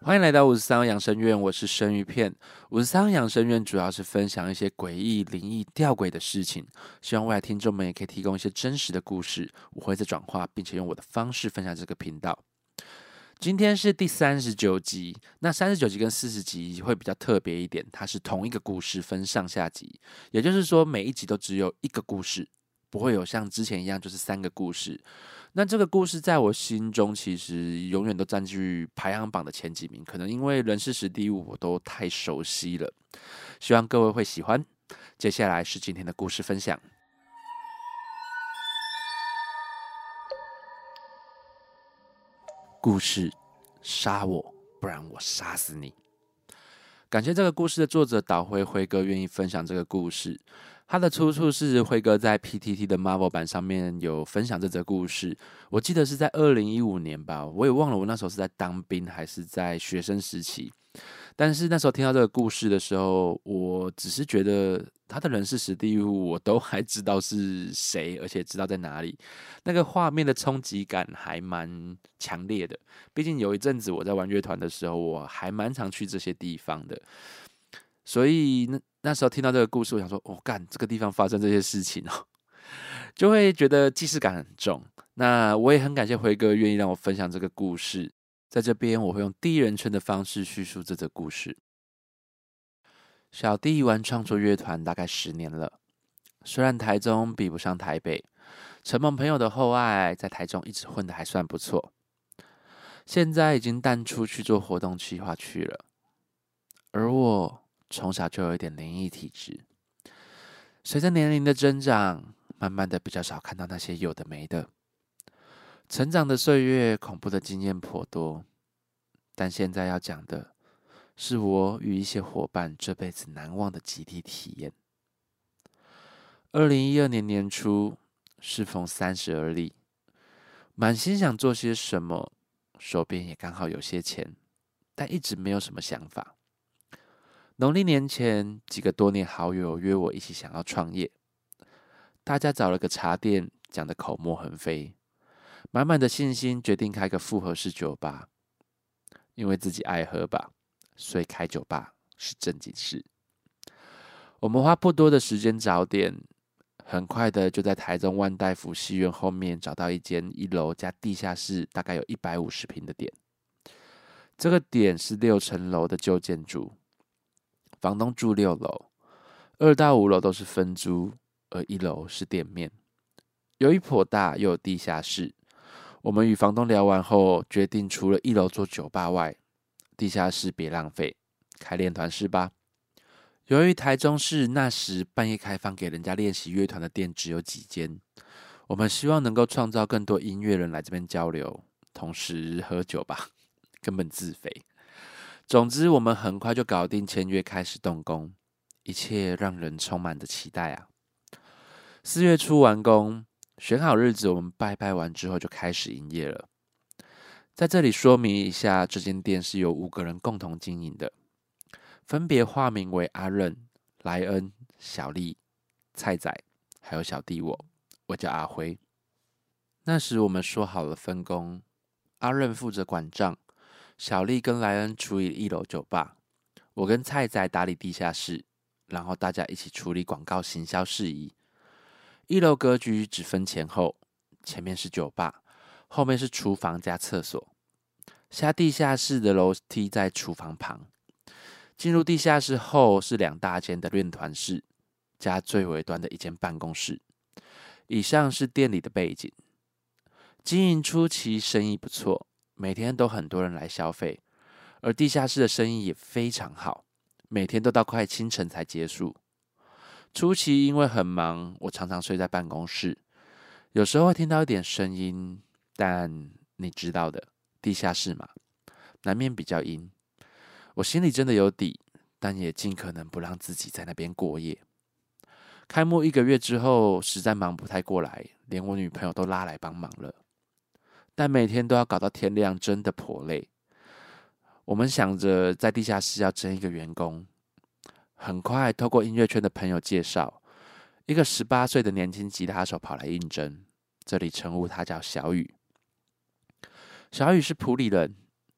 欢迎来到53养生院，我是生鱼片。53养生院主要是分享一些诡异、灵异、吊诡的事情，希望未来听众们也可以提供一些真实的故事，我会再转化，并且用我的方式分享这个频道。今天是第39集，那39集跟40集会比较特别一点，它是同一个故事分上下集，也就是说每一集都只有一个故事，不会有像之前一样就是3个故事。那这个故事在我心中其实永远都占据排行榜的前几名，可能因为人事时地物我都太熟悉了，希望各位会喜欢。接下来是今天的故事分享。故事：杀我，不然我杀死你。感谢这个故事的作者岛辉辉哥愿意分享这个故事。他的出处是辉哥在 PTT 的 Marvel 版上面有分享这则故事，我记得是在2015年吧，我也忘了我那时候是在当兵还是在学生时期。但是那时候听到这个故事的时候，我只是觉得他的人事时地物我都还知道是谁，而且知道在哪里，那个画面的冲击感还蛮强烈的。毕竟有一阵子我在玩乐团的时候，我还蛮常去这些地方的，所以那时候听到这个故事，我想说，干这个地方发生这些事情哦，就会觉得既视感很重。那我也很感谢辉哥愿意让我分享这个故事，在这边我会用第一人称的方式叙述这则故事。小弟玩创作乐团大概10年了，虽然台中比不上台北，承蒙朋友的厚爱，在台中一直混得还算不错。现在已经淡出去做活动企划去了，而我从小就有一点灵异体质，随着年龄的增长，慢慢的比较少看到那些有的没的。成长的岁月，恐怖的经验颇多，但现在要讲的是我与一些伙伴这辈子难忘的集体体验。2012年年初，适逢30而立，满心想做些什么，手边也刚好有些钱，但一直没有什么想法。农历年前，几个多年好友约我一起想要创业，大家找了个茶店，讲得口沫横飞，满满的信心，决定开个复合式酒吧。因为自己爱喝吧，所以开酒吧是正经事。我们花不多的时间找点，很快的就在台中万代福戏院后面找到一间1楼加地下室，大概有150平的店。这个点是6层楼的旧建筑，房东住6楼，2到5楼都是分租，而1楼是店面。由于颇大又有地下室，我们与房东聊完后，决定除了1楼做酒吧外，地下室别浪费，开练团室吧。由于台中市那时半夜开放给人家练习乐团的店只有几间，我们希望能够创造更多音乐人来这边交流，同时喝酒吧，根本自肥。总之，我们很快就搞定签约，开始动工，一切让人充满着期待啊。4月初完工，选好日子，我们拜拜完之后就开始营业了。在这里说明一下，这间店是由5个人共同经营的，分别化名为阿任、莱恩、小丽、菜仔，还有小弟我叫阿辉。那时我们说好了分工，阿任负责管账，小丽跟莱恩处理1楼酒吧，我跟菜仔打理地下室，然后大家一起处理广告行销事宜。1楼格局只分前后，前面是酒吧，后面是厨房加厕所。下地下室的楼梯在厨房旁，进入地下室后是2大间的练团室，加最尾端的一间办公室。以上是店里的背景。经营初期生意不错，每天都很多人来消费，而地下室的生意也非常好，每天都到快清晨才结束。初期因为很忙，我常常睡在办公室，有时候会听到一点声音，但你知道的，地下室嘛，难免比较阴。我心里真的有底，但也尽可能不让自己在那边过夜。开幕1个月之后，实在忙不太过来，连我女朋友都拉来帮忙了。但每天都要搞到天亮，真的颇累。我们想着在地下室要争一个员工，很快透过音乐圈的朋友介绍，一个18岁的年轻吉他手跑来应征，这里称呼他叫小雨。小雨是埔里人，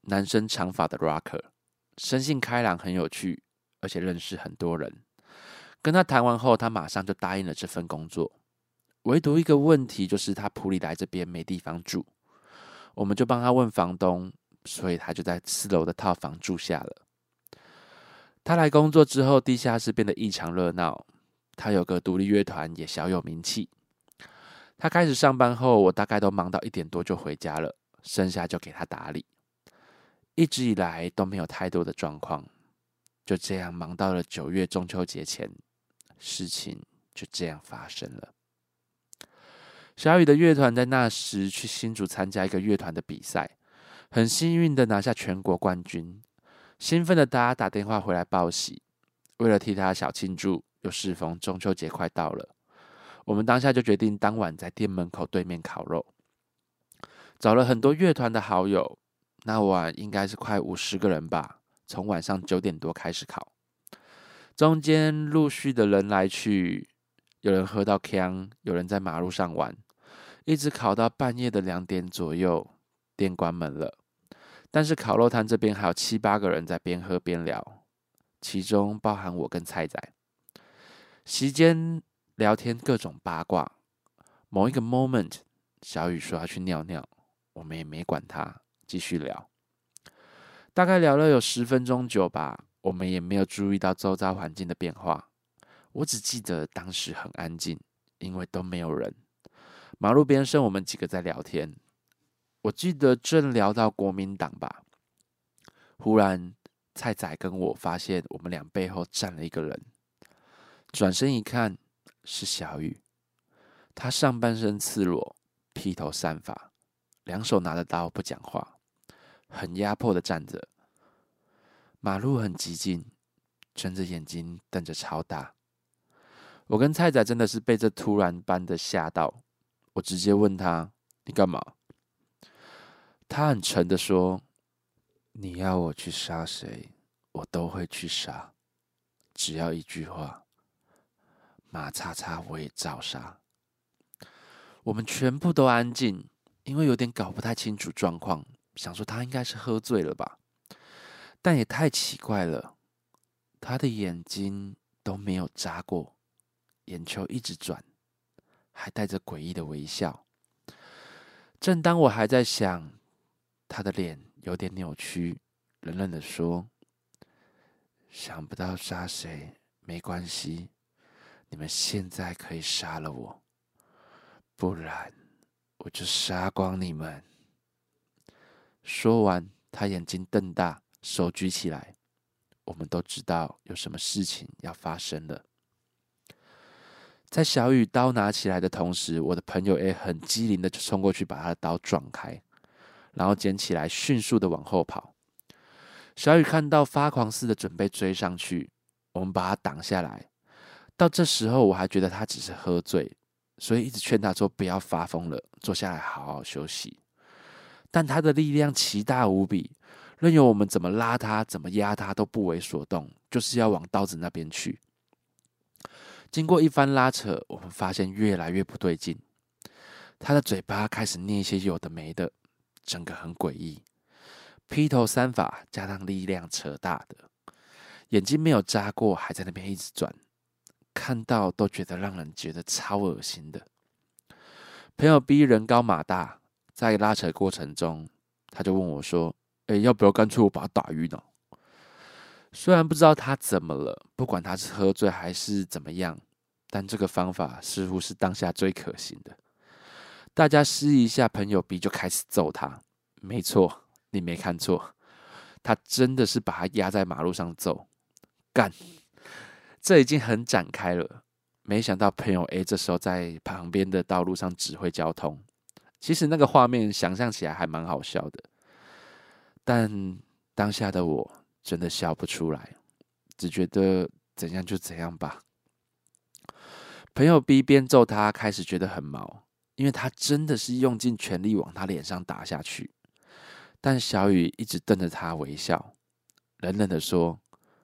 男生长发的 rocker， 生性开朗，很有趣，而且认识很多人。跟他谈完后，他马上就答应了这份工作。唯独一个问题就是他普里来这边没地方住，我们就帮他问房东，所以他就在4楼的套房住下了。他来工作之后，地下室变得异常热闹，他有个独立乐团，也小有名气。他开始上班后，我大概都忙到1点多就回家了，剩下就给他打理。一直以来都没有太多的状况，就这样忙到了9月中秋节前，事情就这样发生了。小雨的乐团在那时去新竹参加一个乐团的比赛，很幸运的拿下全国冠军。兴奋的他打电话回来报喜，为了替他小庆祝，又适逢中秋节快到了，我们当下就决定当晚在店门口对面烤肉，找了很多乐团的好友，那晚应该是快50个人吧，从晚上9点多开始烤，中间陆续的人来去，有人喝到呛，有人在马路上玩，一直烤到半夜的2点左右，店关门了。但是烤肉摊这边还有7、8个人在边喝边聊，其中包含我跟菜仔。席间聊天各种八卦，某一个 moment， 小雨说要去尿尿，我们也没管他，继续聊。大概聊了有10分钟久吧，我们也没有注意到周遭环境的变化。我只记得当时很安静，因为都没有人。马路边剩我们几个在聊天。我记得正聊到国民党吧，忽然菜仔跟我发现我们俩背后站了一个人，转身一看是小雨，他上半身赤裸，披头散发，2手拿着刀不讲话，很压迫的站着。马路很寂静，睁着眼睛瞪着超大。我跟菜仔真的是被这突然般的吓到，我直接问他：“你干嘛？”他很沉的说：“你要我去杀谁，我都会去杀，只要一句话，马叉叉我也照杀。”我们全部都安静，因为有点搞不太清楚状况，想说他应该是喝醉了吧，但也太奇怪了，他的眼睛都没有眨过，眼球一直转，还带着诡异的微笑。正当我还在想，他的脸有点扭曲，冷冷的说：“想不到杀谁，没关系，你们现在可以杀了我，不然我就杀光你们。”说完，他眼睛瞪大，手举起来，我们都知道有什么事情要发生了。在小雨刀拿起来的同时，我的朋友 A 很机灵的就冲过去把他的刀撞开，然后捡起来迅速的往后跑。小雨看到发狂似的准备追上去，我们把他挡下来。到这时候我还觉得他只是喝醉，所以一直劝他说不要发疯了，坐下来好好休息。但他的力量奇大无比，任由我们怎么拉他怎么压他都不为所动，就是要往刀子那边去。经过一番拉扯，我们发现越来越不对劲，他的嘴巴开始念一些有的没的，整个很诡异，披头散发加上力量扯大的，眼睛没有眨过，还在那边一直转，看到都觉得让人觉得超恶心的。朋友 B 人高马大，在拉扯过程中，他就问我说：“要不要干脆我把他打晕呢？”虽然不知道他怎么了，不管他是喝醉还是怎么样，但这个方法似乎是当下最可行的。大家示意一下，朋友 B 就开始揍他。没错，你没看错，他真的是把他压在马路上揍。干，这已经很展开了。没想到朋友 A 这时候在旁边的道路上指挥交通。其实那个画面想象起来还蛮好笑的，但当下的我真的笑不出来，只觉得怎样就怎样吧。朋友 B 边揍他，开始觉得很毛，因为他真的是用尽全力往他脸上打下去。但小雨一直瞪着他微笑，冷冷的说：“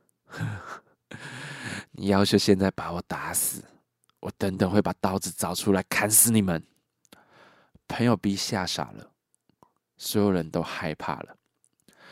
你要求现在把我打死，我等等会把刀子找出来砍死你们。”朋友 B 吓傻了，所有人都害怕了。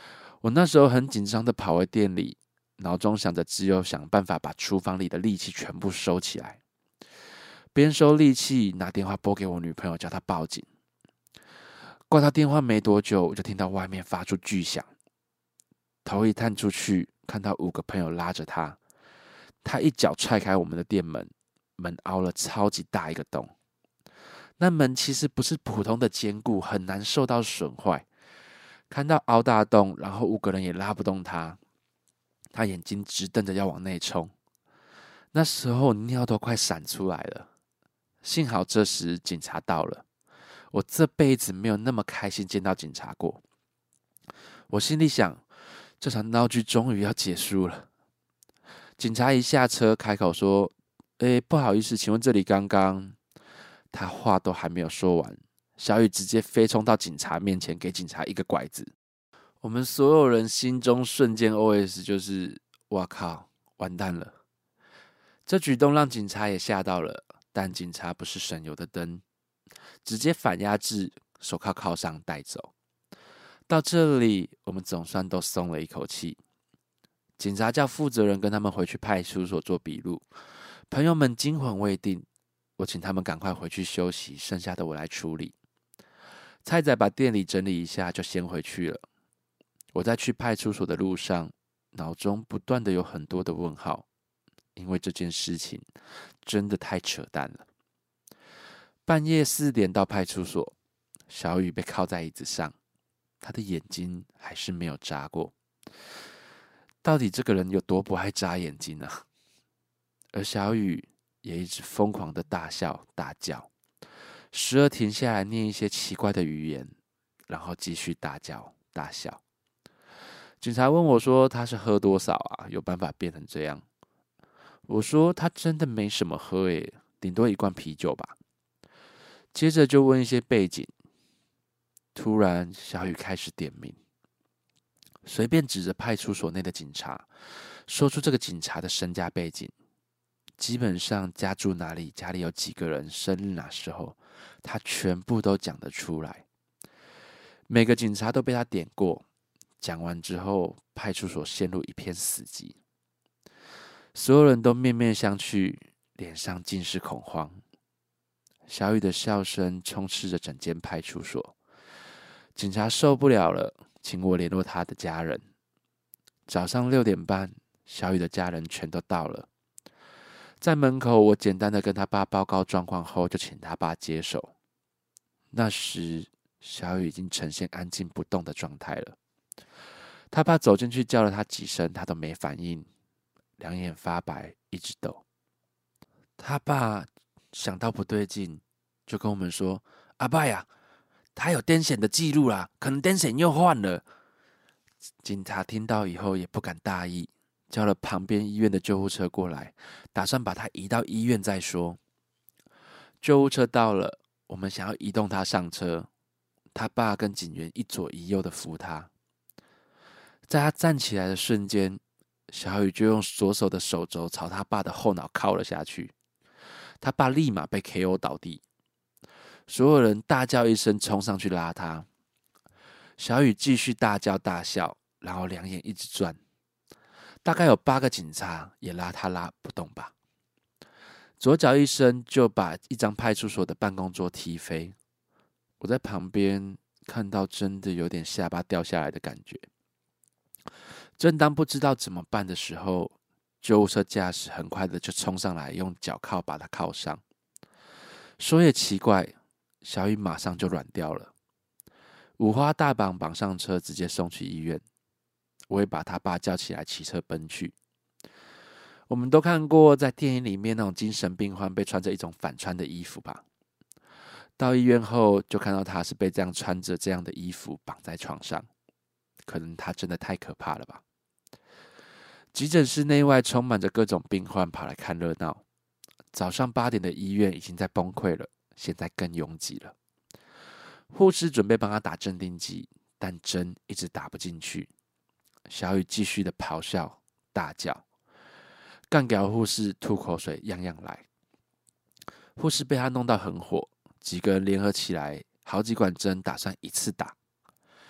我那时候很紧张的跑回店里，脑中想着只有想办法把厨房里的利器全部收起来。边收利器，拿电话拨给我女朋友，叫她报警。挂到电话没多久，我就听到外面发出巨响。头一探出去，看到5个朋友拉着她，她一脚踹开我们的店门，门凹了超级大一个洞。那门其实不是普通的坚固，很难受到损坏。看到凹大洞，然后5个人也拉不动她，她眼睛直瞪着要往内冲。那时候尿都快闪出来了。幸好这时警察到了，我这辈子没有那么开心见到警察过。我心里想，这场闹剧终于要结束了。警察一下车，开口说：“不好意思，请问这里刚刚……”他话都还没有说完，小雨直接飞冲到警察面前，给警察一个拐子。我们所有人心中瞬间 OS 就是：“哇靠，完蛋了！”这举动让警察也吓到了，但警察不是省油的灯，直接反压制，手铐铐上带走。到这里，我们总算都松了一口气。警察叫负责人跟他们回去派出所做笔录，朋友们惊魂未定，我请他们赶快回去休息，剩下的我来处理。菜仔把店里整理一下，就先回去了。我在去派出所的路上，脑中不断的有很多的问号，因为这件事情真的太扯淡了。半夜4点到派出所，小雨被铐在椅子上，他的眼睛还是没有眨过。到底这个人有多不爱眨眼睛啊？而小雨也一直疯狂的大笑大叫，时而停下来念一些奇怪的语言，然后继续大叫大笑。警察问我说他是喝多少啊，有办法变成这样？我说他真的没什么喝顶多1罐啤酒吧。接着就问一些背景。突然小雨开始点名，随便指着派出所内的警察，说出这个警察的身家背景，基本上家住哪里，家里有几个人，生日哪时候，他全部都讲得出来。每个警察都被他点过，讲完之后，派出所陷入一片死寂，所有人都面面相觑，脸上尽是恐慌。小雨的笑声充斥着整间派出所。警察受不了了，请我联络他的家人。早上6点半，小雨的家人全都到了。在门口，我简单的跟他爸报告状况后，就请他爸接手。那时，小雨已经呈现安静不动的状态了。他爸走进去叫了他几声，他都没反应，两眼发白，一直抖。他爸想到不对劲，就跟我们说：“阿爸呀，他有癫痫的记录啦，可能癫痫又犯了。”警察听到以后也不敢大意，叫了旁边医院的救护车过来，打算把他移到医院再说。救护车到了，我们想要移动他上车，他爸跟警员一左一右的扶他。在他站起来的瞬间，小雨就用左手的手肘朝他爸的后脑靠了下去，他爸立马被 KO 倒地。所有人大叫一声，冲上去拉他。小雨继续大叫大笑，然后两眼一直转。大概有8个警察也拉他拉不动吧。左脚一伸就把一张派出所的办公桌踢飞。我在旁边看到，真的有点下巴掉下来的感觉。正当不知道怎么办的时候，救护车驾驶很快的就冲上来，用脚铐把他铐上。说也奇怪，小雨马上就软掉了。五花大绑绑上车，直接送去医院。我也把他爸叫起来，骑车奔去。我们都看过在电影里面那种精神病患被穿着一种反穿的衣服吧？到医院后，就看到他是被这样穿着这样的衣服绑在床上，可能他真的太可怕了吧？急诊室内外充满着各种病患跑来看热闹。早上8点的医院已经在崩溃了，现在更拥挤了。护士准备帮他打镇定剂，但针一直打不进去。小雨继续的咆哮大叫，干掉护士吐口水，样样来。护士被他弄到很火，几个人联合起来，好几管针打算一次打。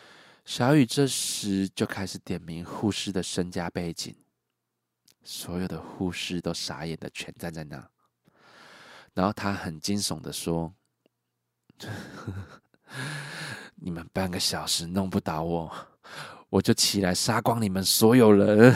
小雨这时就开始点名护士的身家背景，所有的护士都傻眼的全站在那。然后他很惊悚的说：你们半个小时弄不倒我，我就起来杀光你们所有人。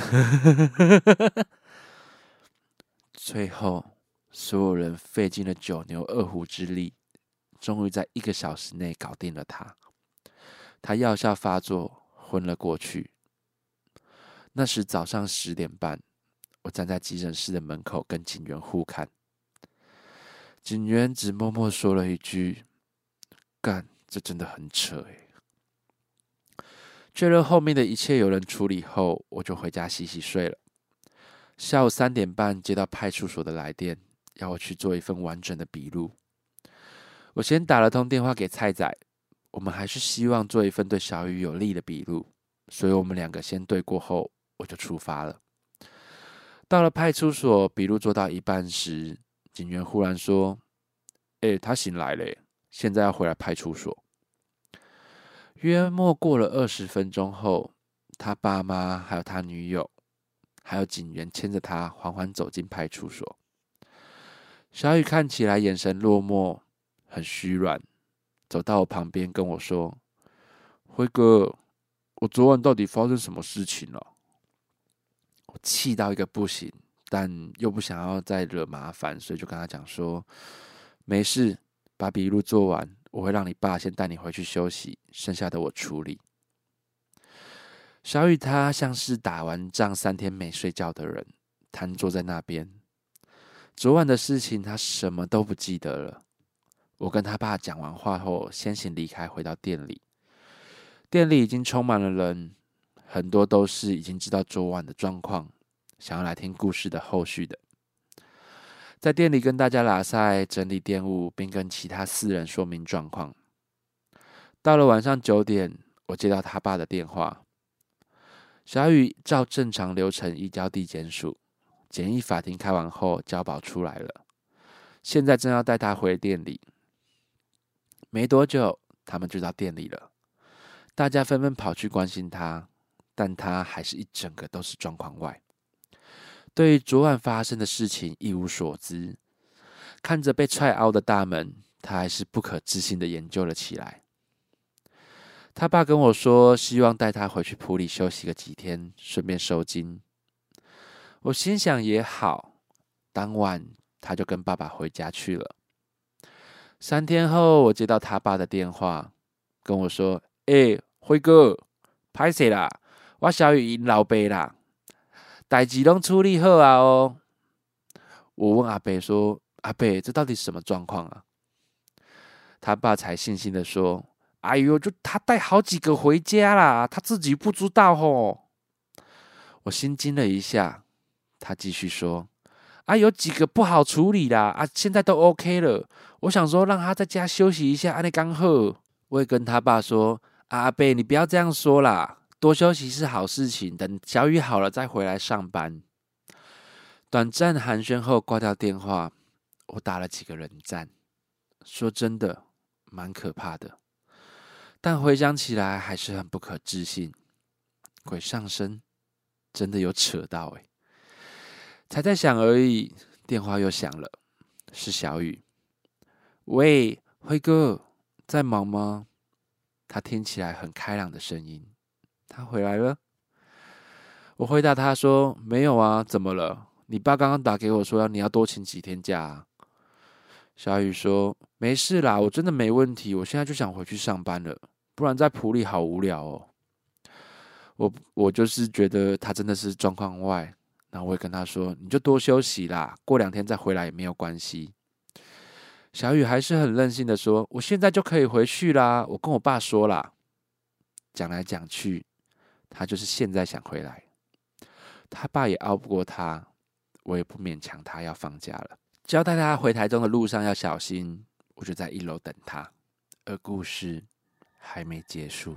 最后，所有人费尽了九牛二虎之力，终于在1个小时内搞定了他。他药效发作，昏了过去。那时早上10点半，我站在急诊室的门口跟警员互看。警员只默默说了一句：干，这真的很扯欸。确认后面的一切有人处理后，我就回家洗洗睡了。下午3点半接到派出所的来电，要我去做一份完整的笔录。我先打了通电话给蔡仔，我们还是希望做一份对小雨有利的笔录，所以我们2个先对过后，我就出发了。到了派出所，笔录做到一半时，警员忽然说：他醒来了，现在要回来派出所。约莫过了20分钟后，他爸妈还有他女友还有警员牵着他缓缓走进派出所。小雨看起来眼神落寞，很虚软，走到我旁边跟我说：辉哥，我昨晚到底发生什么事情了？我气到一个不行，但又不想要再惹麻烦，所以就跟他讲说：没事，把笔录做完，我会让你爸先带你回去休息，剩下的我处理。小雨他像是打完仗3天没睡觉的人，瘫坐在那边。昨晚的事情他什么都不记得了。我跟他爸讲完话后，先行离开，回到店里。店里已经充满了人，很多都是已经知道昨晚的状况，想要来听故事的后续的。在店里跟大家拉塞，整理店务，并跟其他4人说明状况。到了晚上9点，我接到他爸的电话。小雨照正常流程移交地检署，简易法庭开完后交保出来了，现在正要带他回店里。没多久，他们就到店里了，大家纷纷跑去关心他，但他还是一整个都是状况外，对于昨晚发生的事情一无所知。看着被踹凹的大门，他还是不可置信的研究了起来。他爸跟我说，希望带他回去埔里休息个几天，顺便收金。我心想也好，当晚他就跟爸爸回家去了。3天后，我接到他爸的电话，跟我说：辉哥，歹势啦，我小雨因老爸啦，代志拢处理好啊哦。我问阿伯说：阿伯，这到底什么状况啊？他爸才悻悻的说：哎呦，就他带好几个回家啦，他自己不知道吼。我心惊了一下，他继续说：有几个不好处理啦，现在都 OK 了。我想说让他在家休息一下，安尼刚好。我也跟他爸说：阿伯，你不要这样说啦，多休息是好事情，等小雨好了再回来上班。短暂寒暄后挂掉电话，我打了几个冷战。说真的，蛮可怕的。但回想起来还是很不可置信，鬼上身真的有扯到才在想而已，电话又响了，是小雨。喂，辉哥，在忙吗？他听起来很开朗的声音。他回来了？我回答他说：没有啊，怎么了？你爸刚刚打给我说你要多请几天假啊。小雨说：没事啦，我真的没问题，我现在就想回去上班了，不然在埔里好无聊哦。我就是觉得他真的是状况外，然后我会跟他说：你就多休息啦，过2天再回来也没有关系。小雨还是很任性的说：我现在就可以回去啦，我跟我爸说啦。讲来讲去，他就是现在想回来。他爸也拗不过他，我也不勉强他要放假了。交代他回台中的路上要小心，我就在1楼等他。而故事还没结束。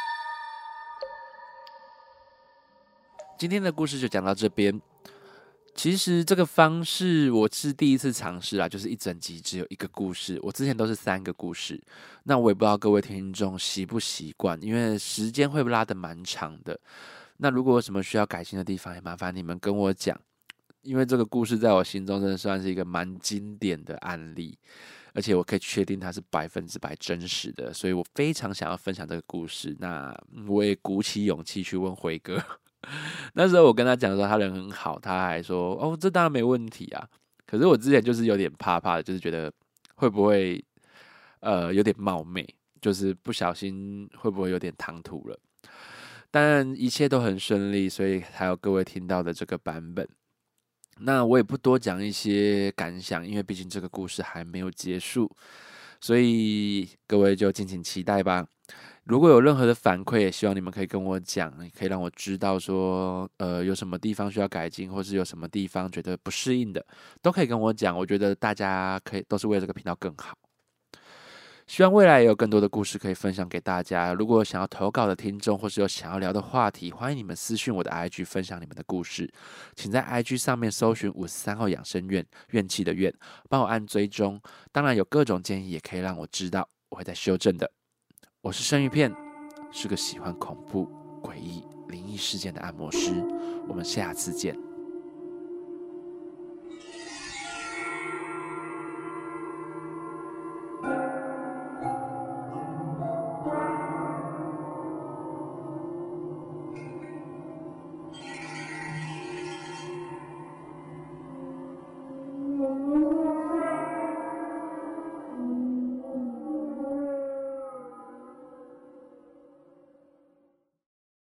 今天的故事就讲到这边。 其实这个方式我是第一次尝试啦，就是一整集只有一个故事，我之前都是3个故事。那我也不知道各位听众习不习惯，因为时间会拉得蛮长的。那如果有什么需要改进的地方，也麻烦你们跟我讲，因为这个故事在我心中真的算是一个蛮经典的案例，而且我可以确定它是100%真实的，所以我非常想要分享这个故事。那我也鼓起勇气去问辉哥，那时候我跟他讲说他人很好，他还说哦，这当然没问题啊。可是我之前就是有点怕怕的，就是觉得会不会有点冒昧，就是不小心会不会有点唐突了。但一切都很顺利，所以还有各位听到的这个版本。那我也不多讲一些感想，因为毕竟这个故事还没有结束，所以各位就敬请期待吧。如果有任何的反馈，也希望你们可以跟我讲，可以让我知道说，有什么地方需要改进，或是有什么地方觉得不适应的，都可以跟我讲。我觉得大家可以都是为了这个频道更好。希望未来也有更多的故事可以分享给大家。如果想要投稿的听众，或是有想要聊的话题，欢迎你们私讯我的 IG 分享你们的故事。请在 IG 上面搜寻53号养生院，怨气的怨，帮我按追踪。当然有各种建议也可以让我知道，我会再修正的。我是生鱼片，是个喜欢恐怖、诡异、灵异事件的按摩师。我们下次见。